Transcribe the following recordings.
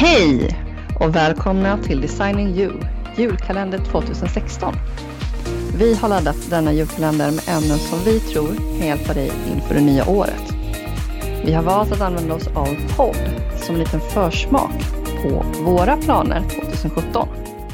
Hej och välkomna till Designing You, julkalender 2016. Vi har laddat denna julkalender med ämnen som vi tror kan hjälpa dig inför det nya året. Vi har valt att använda oss av podd som en liten försmak på våra planer 2017.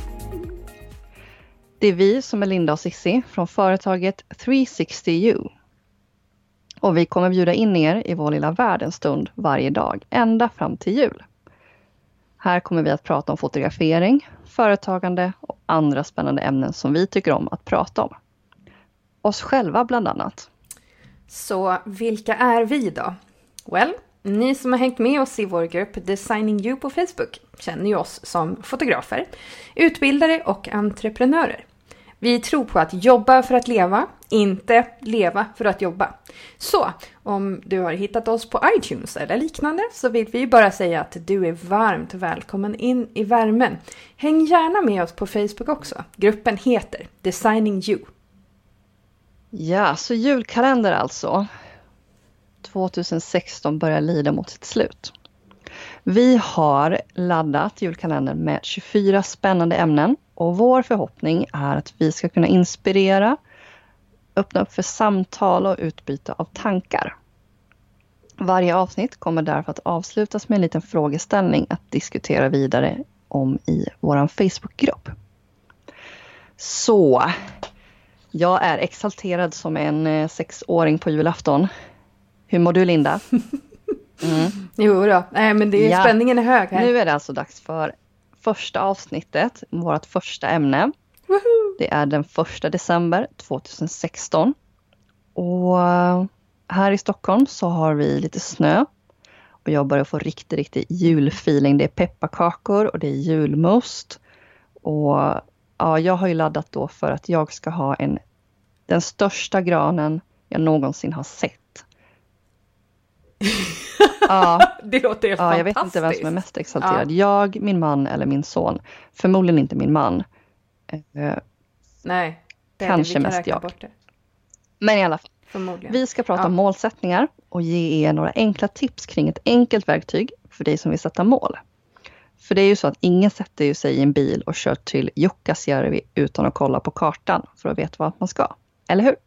Det är vi som är Linda och Sissi från företaget 360U. Och vi kommer bjuda in er i vår lilla värld en stund varje dag, ända fram till jul. Här kommer vi att prata om fotografering, företagande och andra spännande ämnen som vi tycker om att prata om. Oss själva bland annat. Så vilka är vi då? Well, ni som har hängt med oss i vår grupp Designing You på Facebook känner ju oss som fotografer, utbildare och entreprenörer. Vi tror på att jobba för att leva, inte leva för att jobba. Så om du har hittat oss på iTunes eller liknande så vill vi bara säga att du är varmt välkommen in i värmen. Häng gärna med oss på Facebook också. Gruppen heter Designing You. Ja, så julkalender alltså. 2016 börjar lida mot sitt slut. Vi har laddat julkalendern med 24 spännande ämnen och vår förhoppning är att vi ska kunna inspirera, öppna upp för samtal och utbyte av tankar. Varje avsnitt kommer därför att avslutas med en liten frågeställning att diskutera vidare om i vår Facebookgrupp. Så, jag är exalterad som en 6-åring på julafton. Hur mår du, Linda? Jo då, nej men det är, spänningen är hög här. Nu är det alltså dags för första avsnittet, vårt första ämne. Woohoo! Det är den 1 december 2016. Och här i Stockholm så har vi lite snö. Och jag börjar få riktig julfeeling. Det är pepparkakor och det är julmust. Och ja, jag har ju laddat då för att jag ska ha den största granen jag någonsin har sett. Ja, det låter helt fantastiskt. Jag vet inte vem som är mest exalterad. Jag, min man eller min son. Förmodligen inte min man. Nej, kanske mest jag. Men i alla fall. Vi ska prata om målsättningar och ge er några enkla tips kring ett enkelt verktyg för dig som vill sätta mål. För det är ju så att ingen sätter ju sig i en bil och kör till Jukkasjärvi utan att kolla på kartan för att veta vart man ska. Eller hur?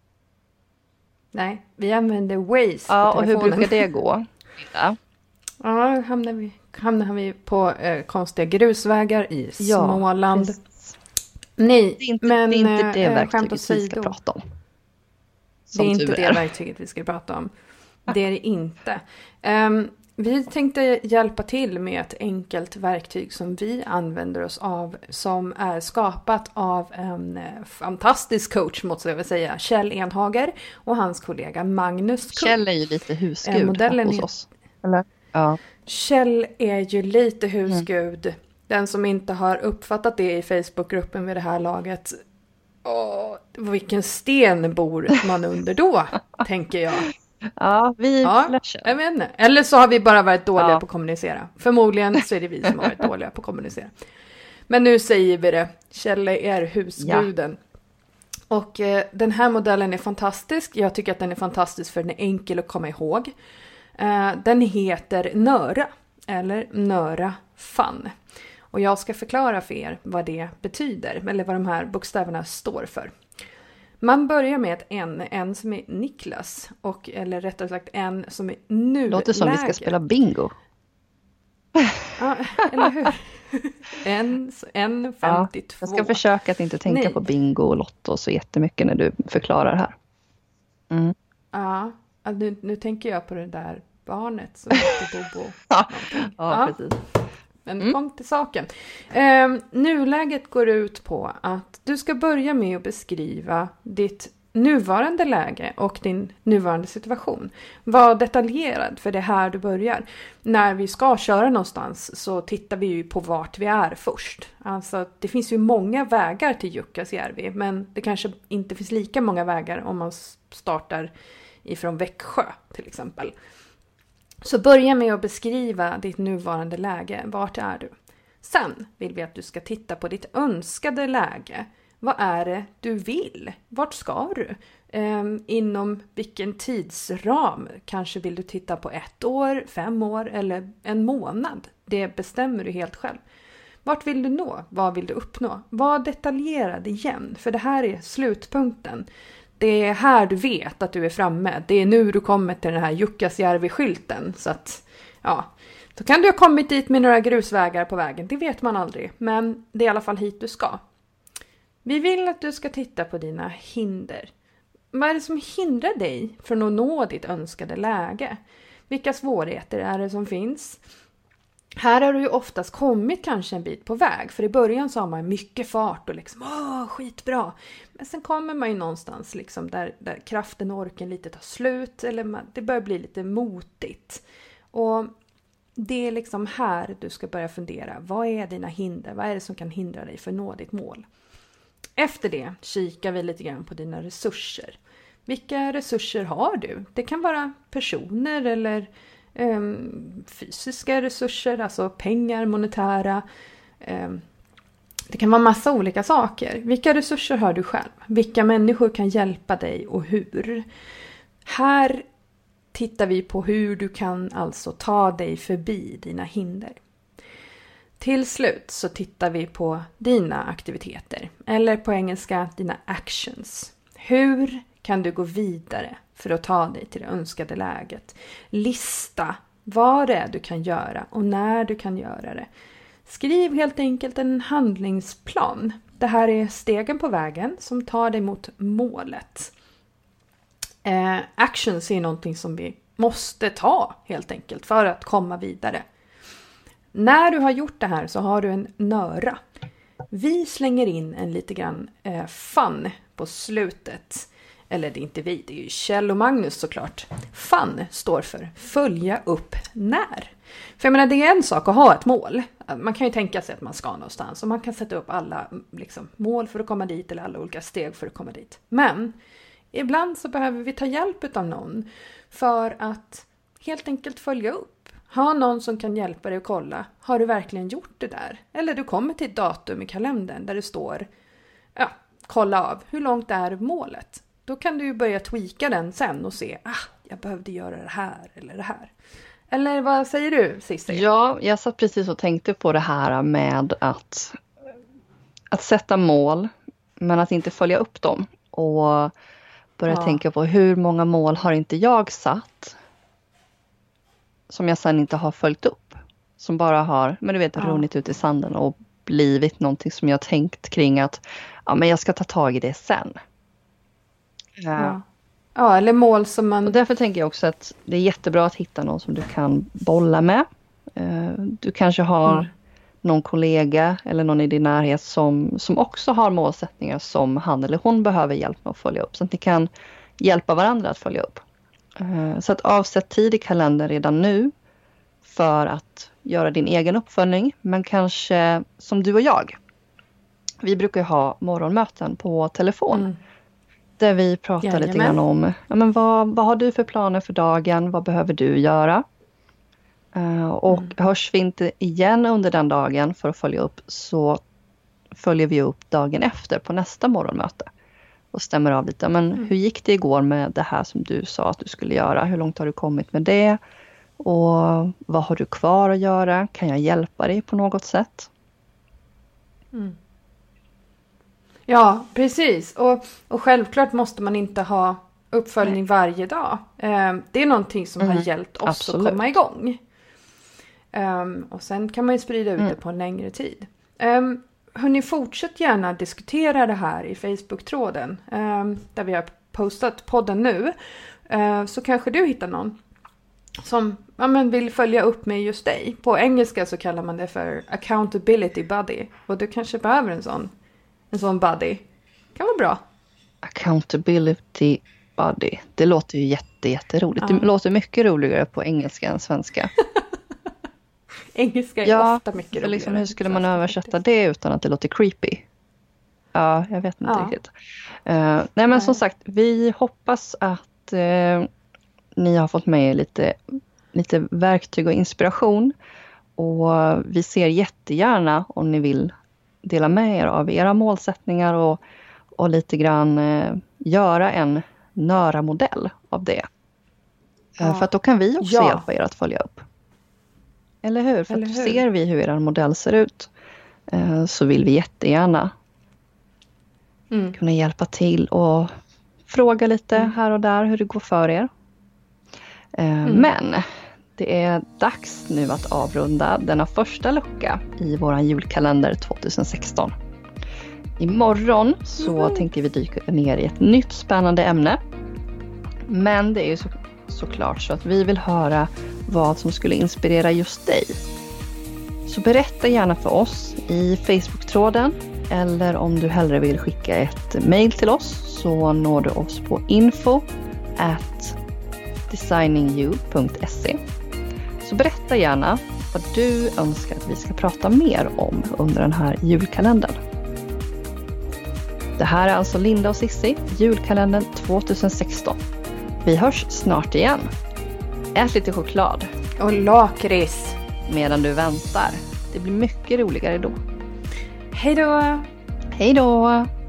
Nej, vi använder Waze på och telefonen. hur brukar det gå? Ja, hamnar vi på konstiga grusvägar i Småland. Nej, det är inte det verktyget vi ska prata om. Det är inte det verktyget vi ska prata om. Det är det inte. Vi tänkte hjälpa till med ett enkelt verktyg som vi använder oss av. Som är skapat av en fantastisk coach, måste jag väl säga. Kjell Enhager och hans kollega Magnus Kung. Kjell är ju lite husgud hos oss. Eller? Ja. Kjell är ju lite husgud. Den som inte har uppfattat det i Facebookgruppen vid det här laget. Vilken sten bor man under då, tänker jag. Ja, jag vet inte. Eller så har vi bara varit dåliga på att kommunicera. Förmodligen så är det vi som har varit dåliga på att kommunicera. Men nu säger vi det. Kjell är husguden. Ja. Och den här modellen är fantastisk. Jag tycker att den är fantastisk för den är enkel att komma ihåg. Den heter Nöra. Eller Nöra Fun. Och jag ska förklara för er vad det betyder. Eller vad de här bokstäverna står för. Man börjar med ett en som är Niklas. Eller rättare sagt en som är nuläge. Låter som vi ska spela bingo. Ja, eller hur? En 52. Jag ska försöka att inte tänka på bingo och lotto så jättemycket när du förklarar här. Ja, nu tänker jag på det där barnet som heter Bobo. Ja, precis. Men kom till saken. Nuläget går ut på att du ska börja med att beskriva ditt nuvarande läge och din nuvarande situation. Var detaljerad, för det är här du börjar. När vi ska köra någonstans så tittar vi ju på vart vi är först. Alltså det finns ju många vägar till Jukkasjärvi, men det kanske inte finns lika många vägar om man startar ifrån Växjö till exempel. Så börja med att beskriva ditt nuvarande läge. Vart är du? Sen vill vi att du ska titta på ditt önskade läge. Vad är det du vill? Vart ska du? Inom vilken tidsram? Kanske vill du titta på 1 år, 5 år eller en månad? Det bestämmer du helt själv. Vart vill du nå? Vad vill du uppnå? Var detaljerad igen, för det här är slutpunkten. Det är här du vet att du är framme. Det är nu du kommer till den här Jukkasjärvi-skylten. Så att, ja, då kan du ha kommit dit med några grusvägar på vägen. Det vet man aldrig, men det är i alla fall hit du ska. Vi vill att du ska titta på dina hinder. Vad är det som hindrar dig från att nå ditt önskade läge? Vilka svårigheter är det som finns? Här har du ju oftast kommit kanske en bit på väg. För i början så har man mycket fart och liksom skitbra. Men sen kommer man ju någonstans liksom där kraften och orken lite tar slut. Eller det börjar bli lite motigt. Och det är liksom här du ska börja fundera. Vad är dina hinder? Vad är det som kan hindra dig för att nå ditt mål? Efter det kikar vi lite grann på dina resurser. Vilka resurser har du? Det kan vara personer eller fysiska resurser, alltså pengar, monetära. Det kan vara massa olika saker. Vilka resurser har du själv? Vilka människor kan hjälpa dig och hur? Här tittar vi på hur du kan alltså ta dig förbi dina hinder. Till slut så tittar vi på dina aktiviteter, eller på engelska dina actions. Hur kan du gå vidare för att ta dig till det önskade läget? Lista vad det är du kan göra och när du kan göra det. Skriv helt enkelt en handlingsplan. Det här är stegen på vägen som tar dig mot målet. Actions är någonting som vi måste ta helt enkelt för att komma vidare. När du har gjort det här så har du en nöra. Vi slänger in en lite grann fun på slutet. Eller det är inte vi, det är ju Kjell och Magnus såklart. Fun står för följa upp när. För jag menar, det är en sak att ha ett mål. Man kan ju tänka sig att man ska någonstans. Och man kan sätta upp alla liksom, mål för att komma dit. Eller alla olika steg för att komma dit. Men ibland så behöver vi ta hjälp av någon. För att helt enkelt följa upp. Ha någon som kan hjälpa dig att kolla. Har du verkligen gjort det där? Eller du kommer till ett datum i kalendern där det står. Ja, kolla av. Hur långt är målet? Då kan du ju börja tweaka den sen och se. Jag behövde göra det här eller det här. Eller vad säger du, Cissi? Ja, jag satt precis och tänkte på det här med att sätta mål. Men att inte följa upp dem. Och börja tänka på hur många mål har inte jag satt. Som jag sen inte har följt upp. Som bara har, men du vet, runnit ut i sanden och blivit någonting som jag tänkt kring att men jag ska ta tag i det sen. Ja, eller mål som man... Och därför tänker jag också att det är jättebra att hitta någon som du kan bolla med. Du kanske har någon kollega eller någon i din närhet som också har målsättningar som han eller hon behöver hjälp med att följa upp. Så att ni kan hjälpa varandra att följa upp. Så att avsätt tid i kalendern redan nu för att göra din egen uppföljning. Men kanske som du och jag. Vi brukar ha morgonmöten på telefon. Där vi pratar lite grann om vad har du för planer för dagen? Vad behöver du göra? Och hörs vi inte igen under den dagen för att följa upp, så följer vi upp dagen efter på nästa morgonmöte. Och stämmer av lite. Men hur gick det igår med det här som du sa att du skulle göra? Hur långt har du kommit med det? Och vad har du kvar att göra? Kan jag hjälpa dig på något sätt? Ja, precis. Och självklart måste man inte ha uppföljning varje dag. Det är någonting som har hjälpt oss att komma igång. Och sen kan man ju sprida ut det på en längre tid. Hörrni, fortsätt gärna diskutera det här i Facebook-tråden. Där vi har postat podden nu. Så kanske du hittar någon som vill följa upp med just dig. På engelska så kallar man det för accountability buddy. Och du kanske behöver en sån buddy. Kan vara bra. Accountability buddy. Det låter ju jätteroligt. Det låter mycket roligare på engelska än svenska. Engelska är ofta mycket roligare. Liksom, hur skulle man översätta det utan att det låter creepy? Ja, jag vet inte riktigt. Nej, men som sagt, vi hoppas att ni har fått med er lite verktyg och inspiration. Och vi ser jättegärna om ni vill dela med er av era målsättningar och lite grann göra en NÖRA-modell av det. För att då kan vi också hjälpa er att följa upp. Eller hur? För att ser vi hur er modell ser ut så vill vi jättegärna kunna hjälpa till och fråga lite här och där hur det går för er. Men det är dags nu att avrunda denna första lucka i våran julkalender 2016. Imorgon så tänkte vi dyka ner i ett nytt spännande ämne. Men det är ju såklart så att vi vill höra vad som skulle inspirera just dig. Så berätta gärna för oss i Facebook-tråden, eller om du hellre vill skicka ett mejl till oss så når du oss på info@designingyou.se. Så berätta gärna vad du önskar att vi ska prata mer om under den här julkalendern. Det här är alltså Linda och Sissi, julkalendern 2016. Vi hörs snart igen. Ät lite choklad. Och lakrits. Medan du väntar. Det blir mycket roligare då. Hej då! Hej då!